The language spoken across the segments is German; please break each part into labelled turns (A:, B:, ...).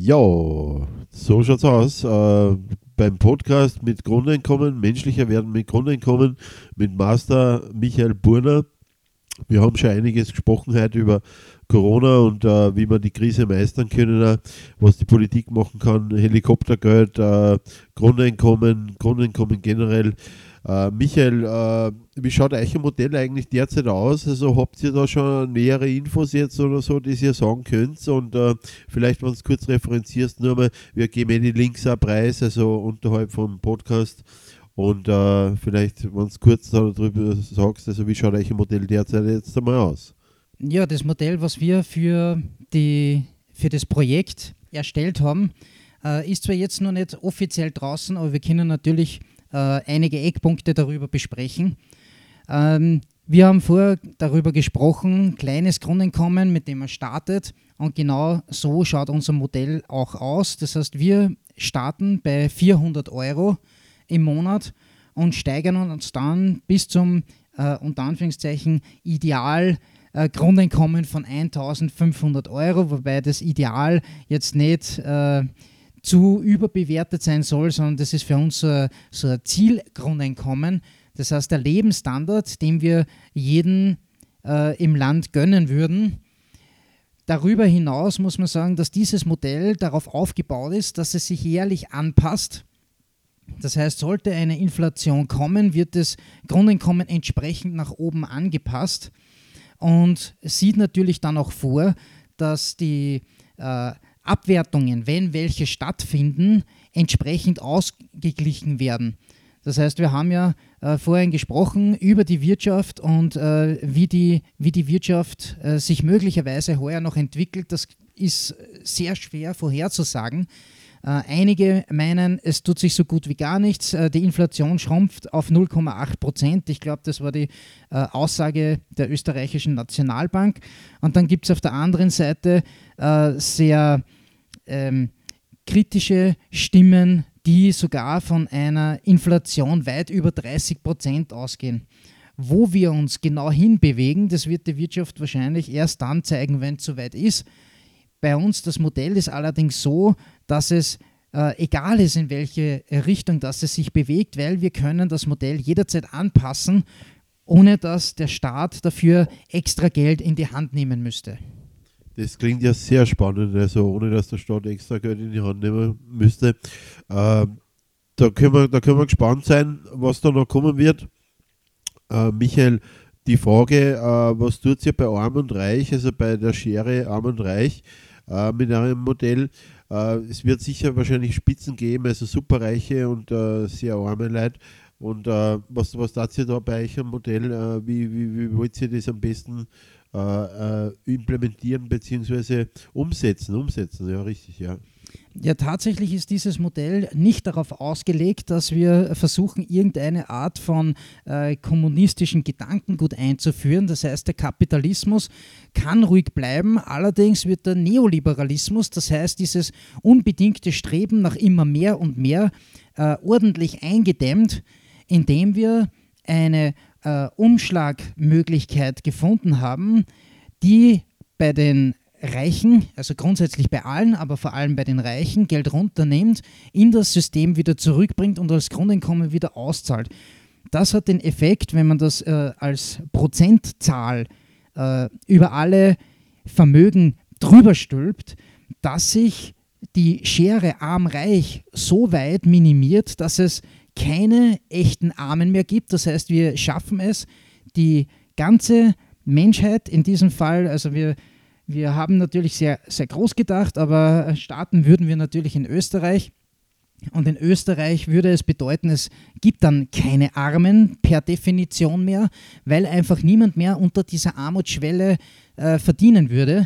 A: Ja, so schaut's aus. Beim Podcast mit Grundeinkommen, menschlicher werden mit Grundeinkommen, mit Master Michael Burner. Wir haben schon einiges gesprochen heute über Corona und wie wir die Krise meistern können, was die Politik machen kann, Helikoptergeld, Grundeinkommen generell. Michael, wie schaut euer Modell eigentlich derzeit aus? Also habt ihr da schon nähere Infos jetzt oder so, die ihr sagen könnt? Und vielleicht, wenn du es kurz referenzierst, nur mal, wir geben die Links auch preis, also unterhalb vom Podcast. Und vielleicht, wenn du kurz darüber sagst, also wie schaut euer Modell derzeit jetzt einmal aus?
B: Ja, das Modell, was wir für das Projekt erstellt haben, ist zwar jetzt noch nicht offiziell draußen, aber wir können natürlich einige Eckpunkte darüber besprechen. Wir haben vorher darüber gesprochen, kleines Grundeinkommen, mit dem man startet, und genau so schaut unser Modell auch aus. Das heißt, wir starten bei 400 Euro im Monat und steigern uns dann bis zum unter Anführungszeichen Ideal Grundeinkommen von 1.500 Euro, wobei das Ideal jetzt nicht zu überbewertet sein soll, sondern das ist für uns so ein Zielgrundeinkommen. Das heißt, der Lebensstandard, den wir jedem im Land gönnen würden. Darüber hinaus muss man sagen, dass dieses Modell darauf aufgebaut ist, dass es sich jährlich anpasst. Das heißt, sollte eine Inflation kommen, wird das Grundeinkommen entsprechend nach oben angepasst und sieht natürlich dann auch vor, dass die Abwertungen, wenn welche stattfinden, entsprechend ausgeglichen werden. Das heißt, wir haben ja vorhin gesprochen über die Wirtschaft und wie die Wirtschaft sich möglicherweise heuer noch entwickelt. Das ist sehr schwer vorherzusagen. Einige meinen, es tut sich so gut wie gar nichts. Die Inflation schrumpft auf 0,8%. Ich glaube, das war die Aussage der österreichischen Nationalbank. Und dann gibt es auf der anderen Seite sehr kritische Stimmen, die sogar von einer Inflation weit über 30% ausgehen. Wo wir uns genau hinbewegen, das wird die Wirtschaft wahrscheinlich erst dann zeigen, wenn es soweit ist. Bei uns das Modell ist allerdings so, dass es egal ist, in welche Richtung das es sich bewegt, weil wir können das Modell jederzeit anpassen, ohne dass der Staat dafür extra Geld in die Hand nehmen müsste.
A: Das klingt ja sehr spannend, also ohne dass der Staat extra Geld in die Hand nehmen müsste. Da können wir gespannt sein, was da noch kommen wird. Michael, die Frage, was tut ihr bei Arm und Reich, also bei der Schere Arm und Reich mit einem Modell? Es wird sicher wahrscheinlich Spitzen geben, also Superreiche und sehr arme Leute. Und was tat ihr da bei euch am Modell? Wie wollt ihr das am besten implementieren bzw. umsetzen? Ja, richtig, ja.
B: Ja, tatsächlich ist dieses Modell nicht darauf ausgelegt, dass wir versuchen, irgendeine Art von kommunistischen Gedankengut einzuführen. Das heißt, der Kapitalismus kann ruhig bleiben, allerdings wird der Neoliberalismus, das heißt dieses unbedingte Streben nach immer mehr und mehr, ordentlich eingedämmt, indem wir eine Umschlagmöglichkeit gefunden haben, die bei den Reichen, also grundsätzlich bei allen, aber vor allem bei den Reichen, Geld runternimmt, in das System wieder zurückbringt und als Grundeinkommen wieder auszahlt. Das hat den Effekt, wenn man das als Prozentzahl über alle Vermögen drüber stülpt, dass sich die Schere arm-reich so weit minimiert, dass es keine echten Armen mehr gibt. Das heißt, wir schaffen es, die ganze Menschheit in diesem Fall, also wir haben natürlich sehr, sehr groß gedacht, aber starten würden wir natürlich in Österreich. Und in Österreich würde es bedeuten, es gibt dann keine Armen per Definition mehr, weil einfach niemand mehr unter dieser Armutsschwelle verdienen würde.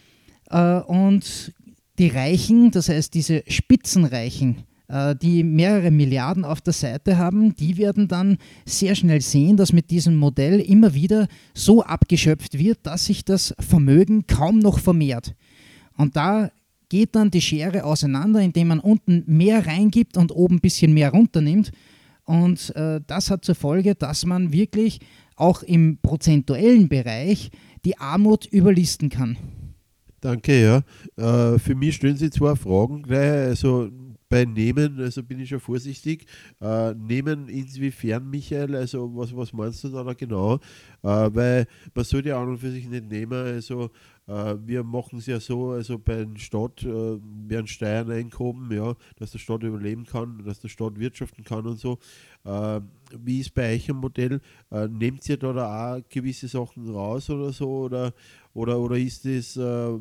B: Und die Reichen, das heißt diese Spitzenreichen, die mehrere Milliarden auf der Seite haben, die werden dann sehr schnell sehen, dass mit diesem Modell immer wieder so abgeschöpft wird, dass sich das Vermögen kaum noch vermehrt. Und da geht dann die Schere auseinander, indem man unten mehr reingibt und oben ein bisschen mehr runternimmt. Und das hat zur Folge, dass man wirklich auch im prozentuellen Bereich die Armut überlisten kann.
A: Danke, ja. Für mich stellen Sie zwei Fragen gleich. Also bei Nehmen, also bin ich schon vorsichtig. Nehmen inwiefern, Michael, also was meinst du da genau? Weil man sollte ja an und für sich nicht nehmen. Also wir machen es ja so, also bei der Stadt werden Steuern eingehoben, ja, dass der Staat überleben kann, dass der Staat wirtschaften kann und so. Äh, Wie ist bei euch ein Modell? Nehmt ihr da auch gewisse Sachen raus oder so? Oder ist das,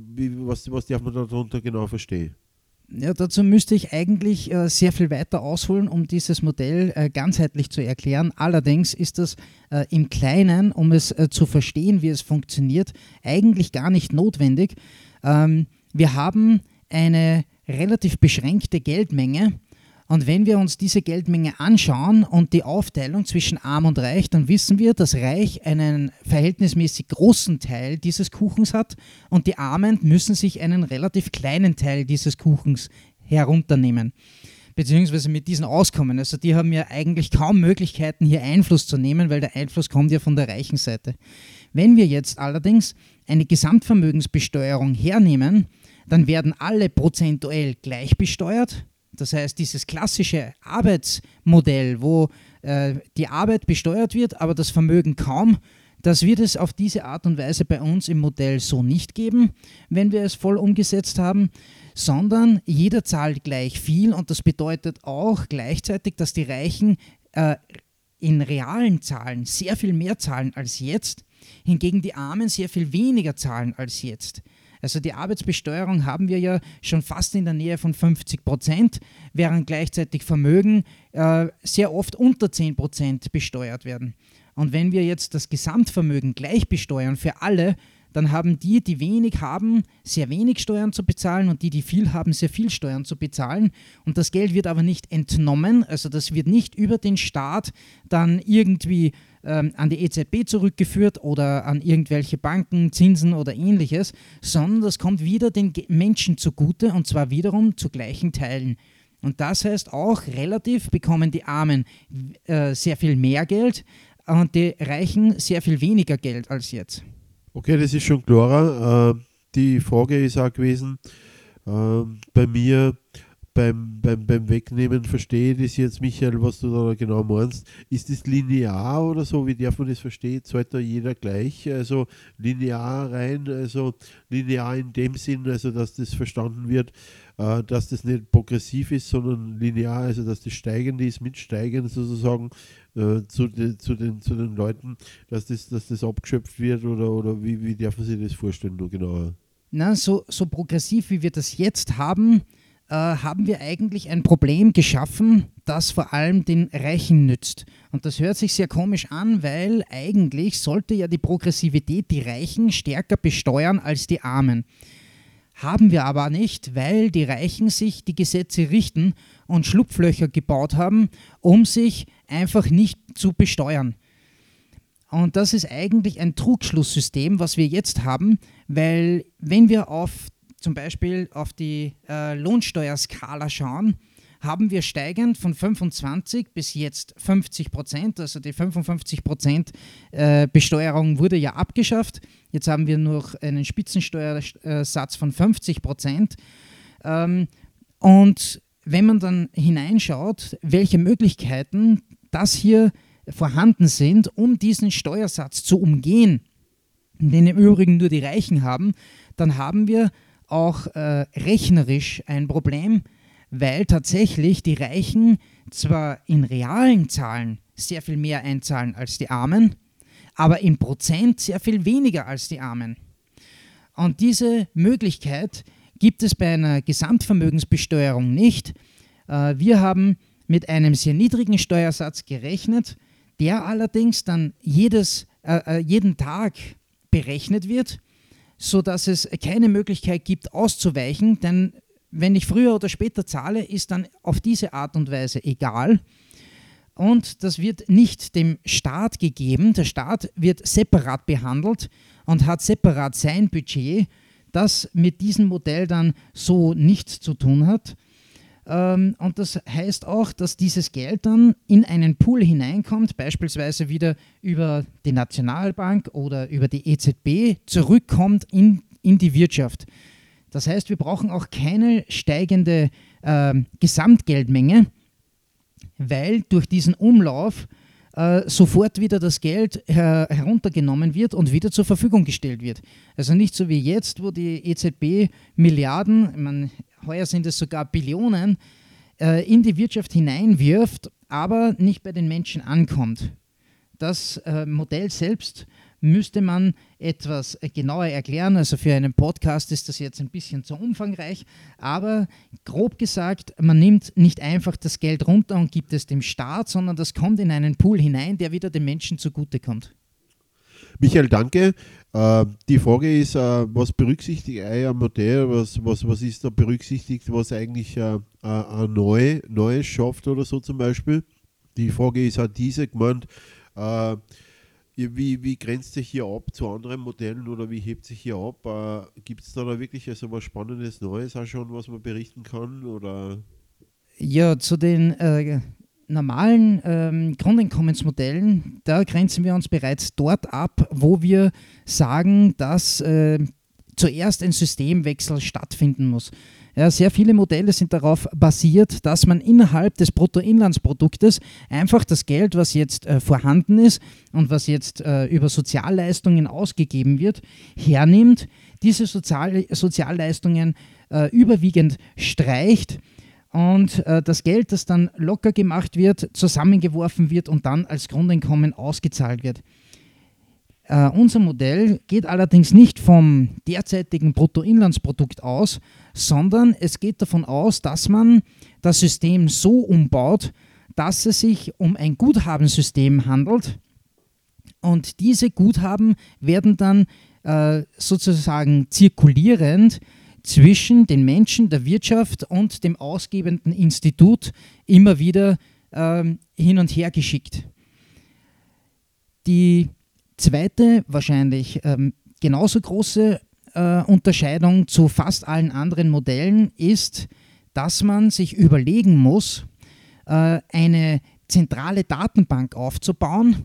A: was darf man darunter genau verstehen?
B: Ja, dazu müsste ich eigentlich sehr viel weiter ausholen, um dieses Modell ganzheitlich zu erklären. Allerdings ist das im Kleinen, um es zu verstehen, wie es funktioniert, eigentlich gar nicht notwendig. Wir haben eine relativ beschränkte Geldmenge. Und wenn wir uns diese Geldmenge anschauen und die Aufteilung zwischen Arm und Reich, dann wissen wir, dass Reich einen verhältnismäßig großen Teil dieses Kuchens hat und die Armen müssen sich einen relativ kleinen Teil dieses Kuchens herunternehmen, beziehungsweise mit diesen auskommen. Also die haben ja eigentlich kaum Möglichkeiten, hier Einfluss zu nehmen, weil der Einfluss kommt ja von der reichen Seite. Wenn wir jetzt allerdings eine Gesamtvermögensbesteuerung hernehmen, dann werden alle prozentuell gleich besteuert. Das heißt, dieses klassische Arbeitsmodell, wo die Arbeit besteuert wird, aber das Vermögen kaum, das wird es auf diese Art und Weise bei uns im Modell so nicht geben, wenn wir es voll umgesetzt haben, sondern jeder zahlt gleich viel und das bedeutet auch gleichzeitig, dass die Reichen in realen Zahlen sehr viel mehr zahlen als jetzt, hingegen die Armen sehr viel weniger zahlen als jetzt. Also die Arbeitsbesteuerung haben wir ja schon fast in der Nähe von 50%, während gleichzeitig Vermögen sehr oft unter 10% besteuert werden. Und wenn wir jetzt das Gesamtvermögen gleich besteuern für alle, dann haben die, die wenig haben, sehr wenig Steuern zu bezahlen und die, die viel haben, sehr viel Steuern zu bezahlen. Und das Geld wird aber nicht entnommen, also das wird nicht über den Staat dann irgendwie an die EZB zurückgeführt oder an irgendwelche Banken, Zinsen oder ähnliches, sondern das kommt wieder den Menschen zugute und zwar wiederum zu gleichen Teilen. Und das heißt auch, relativ bekommen die Armen sehr viel mehr Geld und die Reichen sehr viel weniger Geld als jetzt.
A: Okay, das ist schon klarer. Die Frage ist auch gewesen, bei mir beim Wegnehmen, verstehe ich das jetzt, Michael, was du da genau meinst. Ist das linear oder so? Wie darf man das verstehen? Zahlt da jeder gleich? Also linear rein, also linear in dem Sinn, also dass das verstanden wird, dass das nicht progressiv ist, sondern linear, also dass das steigende ist, mitsteigend sozusagen zu den Leuten, dass das abgeschöpft wird oder wie darf man sich das vorstellen, nur genauer?
B: Na, so progressiv, wie wir das jetzt haben, haben wir eigentlich ein Problem geschaffen, das vor allem den Reichen nützt. Und das hört sich sehr komisch an, weil eigentlich sollte ja die Progressivität die Reichen stärker besteuern als die Armen. Haben wir aber nicht, weil die Reichen sich die Gesetze richten und Schlupflöcher gebaut haben, um sich einfach nicht zu besteuern. Und das ist eigentlich ein Trugschlusssystem, was wir jetzt haben, weil wenn wir zum Beispiel auf die Lohnsteuerskala schauen, haben wir steigend von 25 bis jetzt 50%, also die 55% Besteuerung wurde ja abgeschafft. Jetzt haben wir noch einen Spitzensteuersatz von 50%. Und wenn man dann hineinschaut, welche Möglichkeiten das hier vorhanden sind, um diesen Steuersatz zu umgehen, den im Übrigen nur die Reichen haben, dann haben wir auch rechnerisch ein Problem, weil tatsächlich die Reichen zwar in realen Zahlen sehr viel mehr einzahlen als die Armen, aber in Prozent sehr viel weniger als die Armen. Und diese Möglichkeit gibt es bei einer Gesamtvermögensbesteuerung nicht. Wir haben mit einem sehr niedrigen Steuersatz gerechnet, der allerdings dann jeden Tag berechnet wird, sodass es keine Möglichkeit gibt, auszuweichen, denn wenn ich früher oder später zahle, ist dann auf diese Art und Weise egal. Und das wird nicht dem Staat gegeben. Der Staat wird separat behandelt und hat separat sein Budget, das mit diesem Modell dann so nichts zu tun hat. Und das heißt auch, dass dieses Geld dann in einen Pool hineinkommt, beispielsweise wieder über die Nationalbank oder über die EZB zurückkommt in in die Wirtschaft. Das heißt, wir brauchen auch keine steigende Gesamtgeldmenge, weil durch diesen Umlauf sofort wieder das Geld heruntergenommen wird und wieder zur Verfügung gestellt wird. Also nicht so wie jetzt, wo die EZB Milliarden, ich meine, heuer sind es sogar Billionen, in die Wirtschaft hineinwirft, aber nicht bei den Menschen ankommt. Das Modell selbst müsste man etwas genauer erklären. Also für einen Podcast ist das jetzt ein bisschen zu umfangreich, aber grob gesagt, man nimmt nicht einfach das Geld runter und gibt es dem Staat, sondern das kommt in einen Pool hinein, der wieder den Menschen zugutekommt.
A: Michael, danke. Die Frage ist, was berücksichtigt euer Modell? Was ist da berücksichtigt, was eigentlich ein Neues schafft oder so zum Beispiel? Die Frage ist auch diese gemeint, wie grenzt sich hier ab zu anderen Modellen oder wie hebt sich hier ab? Gibt es da wirklich also was Spannendes Neues auch schon, was man berichten kann? Oder?
B: Ja, zu den normalen Grundeinkommensmodellen, da grenzen wir uns bereits dort ab, wo wir sagen, dass zuerst ein Systemwechsel stattfinden muss. Ja, sehr viele Modelle sind darauf basiert, dass man innerhalb des Bruttoinlandsproduktes einfach das Geld, was jetzt vorhanden ist und was jetzt über Sozialleistungen ausgegeben wird, hernimmt, diese Sozialleistungen überwiegend streicht und das Geld, das dann locker gemacht wird, zusammengeworfen wird und dann als Grundeinkommen ausgezahlt wird. Unser Modell geht allerdings nicht vom derzeitigen Bruttoinlandsprodukt aus, sondern es geht davon aus, dass man das System so umbaut, dass es sich um ein Guthabensystem handelt und diese Guthaben werden dann sozusagen zirkulierend zwischen den Menschen, der Wirtschaft und dem ausgebenden Institut immer wieder hin und her geschickt. Die zweite, wahrscheinlich genauso große Unterscheidung zu fast allen anderen Modellen ist, dass man sich überlegen muss, eine zentrale Datenbank aufzubauen,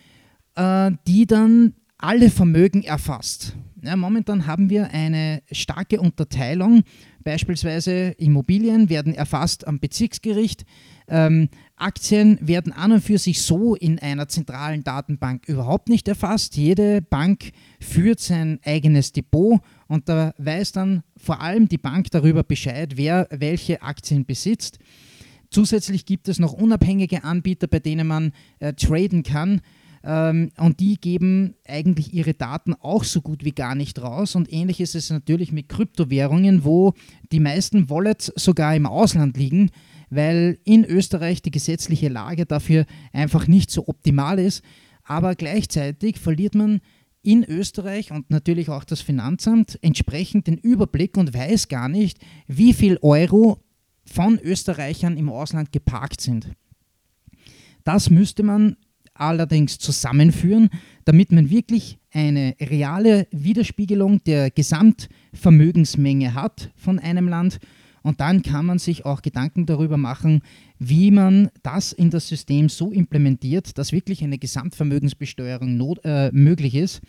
B: die dann alle Vermögen erfasst. Ja, momentan haben wir eine starke Unterteilung. Beispielsweise Immobilien werden erfasst am Bezirksgericht. Aktien werden an und für sich so in einer zentralen Datenbank überhaupt nicht erfasst. Jede Bank führt sein eigenes Depot und da weiß dann vor allem die Bank darüber Bescheid, wer welche Aktien besitzt. Zusätzlich gibt es noch unabhängige Anbieter, bei denen man traden kann. Und die geben eigentlich ihre Daten auch so gut wie gar nicht raus. Und ähnlich ist es natürlich mit Kryptowährungen, wo die meisten Wallets sogar im Ausland liegen, weil in Österreich die gesetzliche Lage dafür einfach nicht so optimal ist. Aber gleichzeitig verliert man in Österreich und natürlich auch das Finanzamt entsprechend den Überblick und weiß gar nicht, wie viel Euro von Österreichern im Ausland geparkt sind. Das müsste man allerdings zusammenführen, damit man wirklich eine reale Widerspiegelung der Gesamtvermögensmenge hat von einem Land und dann kann man sich auch Gedanken darüber machen, wie man das in das System so implementiert, dass wirklich eine Gesamtvermögensbesteuerung möglich ist.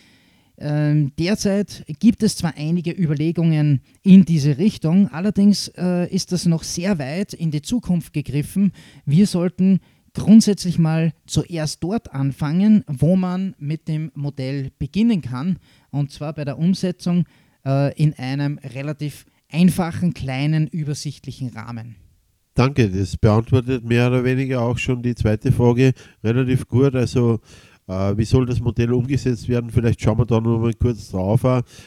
B: Derzeit gibt es zwar einige Überlegungen in diese Richtung, allerdings ist das noch sehr weit in die Zukunft gegriffen. Wir sollten grundsätzlich mal zuerst dort anfangen, wo man mit dem Modell beginnen kann, und zwar bei der Umsetzung in einem relativ einfachen, kleinen, übersichtlichen Rahmen.
A: Danke, das beantwortet mehr oder weniger auch schon die zweite Frage relativ gut. Also wie soll das Modell umgesetzt werden? Vielleicht schauen wir da noch mal kurz drauf.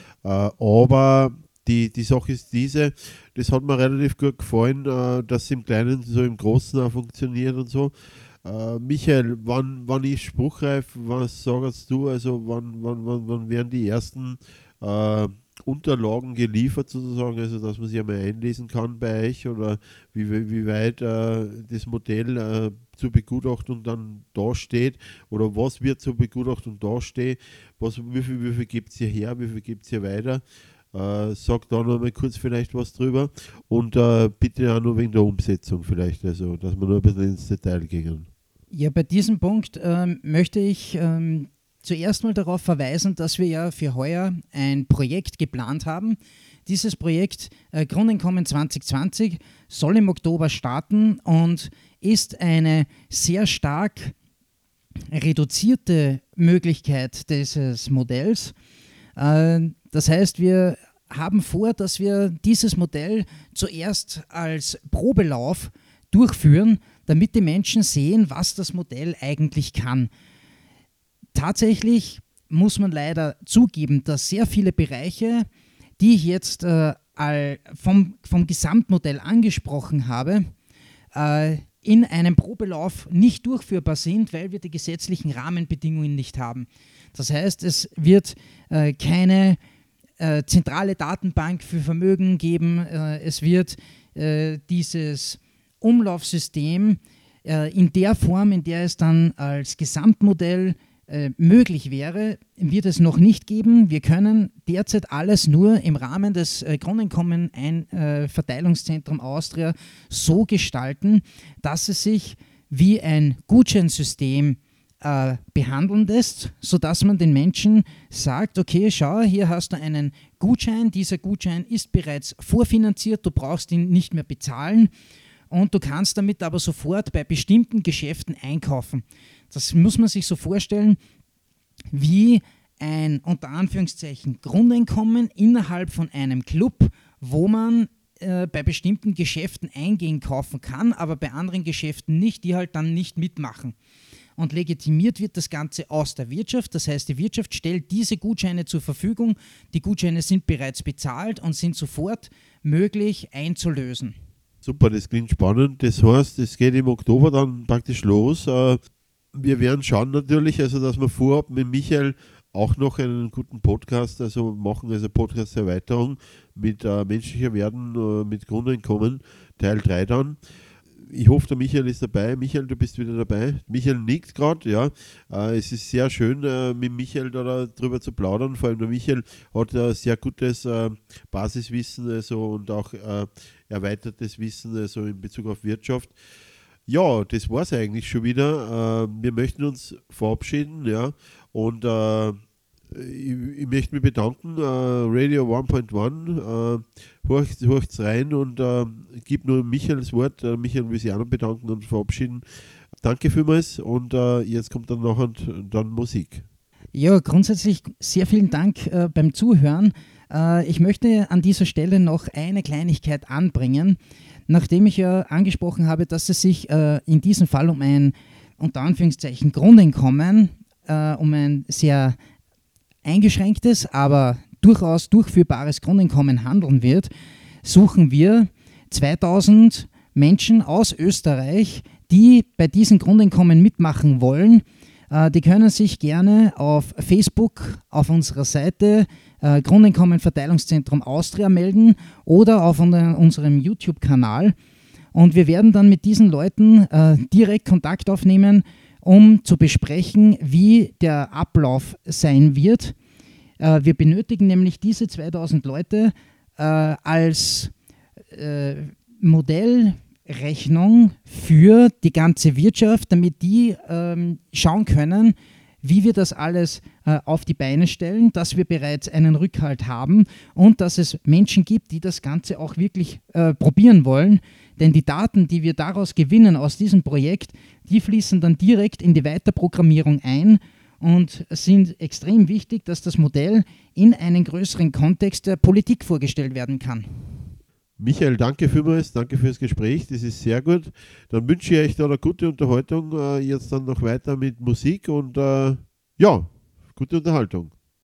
A: Aber die Sache ist diese, das hat mir relativ gut gefallen, dass es im Kleinen so im Großen auch funktioniert und so. Michael, wann ist spruchreif? Was sagst du? Also wann werden die ersten Unterlagen geliefert sozusagen, also dass man sich einmal einlesen kann bei euch oder wie weit das Modell zur Begutachtung dann dasteht oder was wird zur Begutachtung dastehen, wie viel gibt es hier her, wie viel gibt es hier weiter. Sag da noch mal kurz vielleicht was drüber und bitte auch noch wegen der Umsetzung vielleicht, also dass wir noch ein bisschen ins Detail gehen.
B: Ja, bei diesem Punkt möchte ich zuerst mal darauf verweisen, dass wir ja für heuer ein Projekt geplant haben. Dieses Projekt Grundeinkommen 2020 soll im Oktober starten und ist eine sehr stark reduzierte Möglichkeit dieses Modells. Das heißt, wir haben vor, dass wir dieses Modell zuerst als Probelauf durchführen, damit die Menschen sehen, was das Modell eigentlich kann. Tatsächlich muss man leider zugeben, dass sehr viele Bereiche, die ich jetzt vom Gesamtmodell angesprochen habe, in einem Probelauf nicht durchführbar sind, weil wir die gesetzlichen Rahmenbedingungen nicht haben. Das heißt, es wird keine zentrale Datenbank für Vermögen geben, es wird dieses Umlaufsystem in der Form, in der es dann als Gesamtmodell möglich wäre, wird es noch nicht geben. Wir können derzeit alles nur im Rahmen des Grundeinkommen-Verteilungszentrum Austria so gestalten, dass es sich wie ein Gutscheinsystem behandeln lässt, sodass man den Menschen sagt, okay, schau, hier hast du einen Gutschein, dieser Gutschein ist bereits vorfinanziert, du brauchst ihn nicht mehr bezahlen und du kannst damit aber sofort bei bestimmten Geschäften einkaufen. Das muss man sich so vorstellen, wie ein unter Anführungszeichen Grundeinkommen innerhalb von einem Club, wo man bei bestimmten Geschäften eingehen kaufen kann, aber bei anderen Geschäften nicht, die halt dann nicht mitmachen. Und legitimiert wird das Ganze aus der Wirtschaft. Das heißt, die Wirtschaft stellt diese Gutscheine zur Verfügung. Die Gutscheine sind bereits bezahlt und sind sofort möglich einzulösen.
A: Super, das klingt spannend. Das heißt, es geht im Oktober dann praktisch los. Wir werden schauen natürlich, also dass wir vorab mit Michael auch noch einen guten Podcast machen, also Podcast-Erweiterung mit menschlicher Werden, mit Grundeinkommen, Teil 3 dann. Ich hoffe, der Michael ist dabei. Michael, du bist wieder dabei. Michael nickt gerade, ja. Es ist sehr schön, mit Michael darüber zu plaudern. Vor allem der Michael hat sehr gutes Basiswissen und auch erweitertes Wissen in Bezug auf Wirtschaft. Ja, das war es eigentlich schon wieder. Wir möchten uns verabschieden, ja. Und ich möchte mich bedanken, Radio 1.1, horcht's rein und gebe nur Michael das Wort. Michael will sich auch noch bedanken und verabschieden. Danke vielmals und jetzt kommt dann nachher dann Musik.
B: Ja, grundsätzlich sehr vielen Dank beim Zuhören. Ich möchte an dieser Stelle noch eine Kleinigkeit anbringen, nachdem ich ja angesprochen habe, dass es sich in diesem Fall um ein unter Anführungszeichen Grundeinkommen, um ein sehr eingeschränktes, aber durchaus durchführbares Grundeinkommen handeln wird, suchen wir 2000 Menschen aus Österreich, die bei diesem Grundeinkommen mitmachen wollen. Die können sich gerne auf Facebook auf unserer Seite Grundeinkommen-Verteilungszentrum Austria melden oder auf unserem YouTube-Kanal. Und wir werden dann mit diesen Leuten direkt Kontakt aufnehmen, um zu besprechen, wie der Ablauf sein wird. Wir benötigen nämlich diese 2000 Leute als Modellrechnung für die ganze Wirtschaft, damit die schauen können, wie wir das alles auf die Beine stellen, dass wir bereits einen Rückhalt haben und dass es Menschen gibt, die das Ganze auch wirklich probieren wollen. Denn die Daten, die wir daraus gewinnen aus diesem Projekt, die fließen dann direkt in die Weiterprogrammierung ein und sind extrem wichtig, dass das Modell in einen größeren Kontext der Politik vorgestellt werden kann.
A: Michael, danke vielmals, danke fürs Gespräch, das ist sehr gut. Dann wünsche ich euch da eine gute Unterhaltung, jetzt dann noch weiter mit Musik und ja, gute Unterhaltung.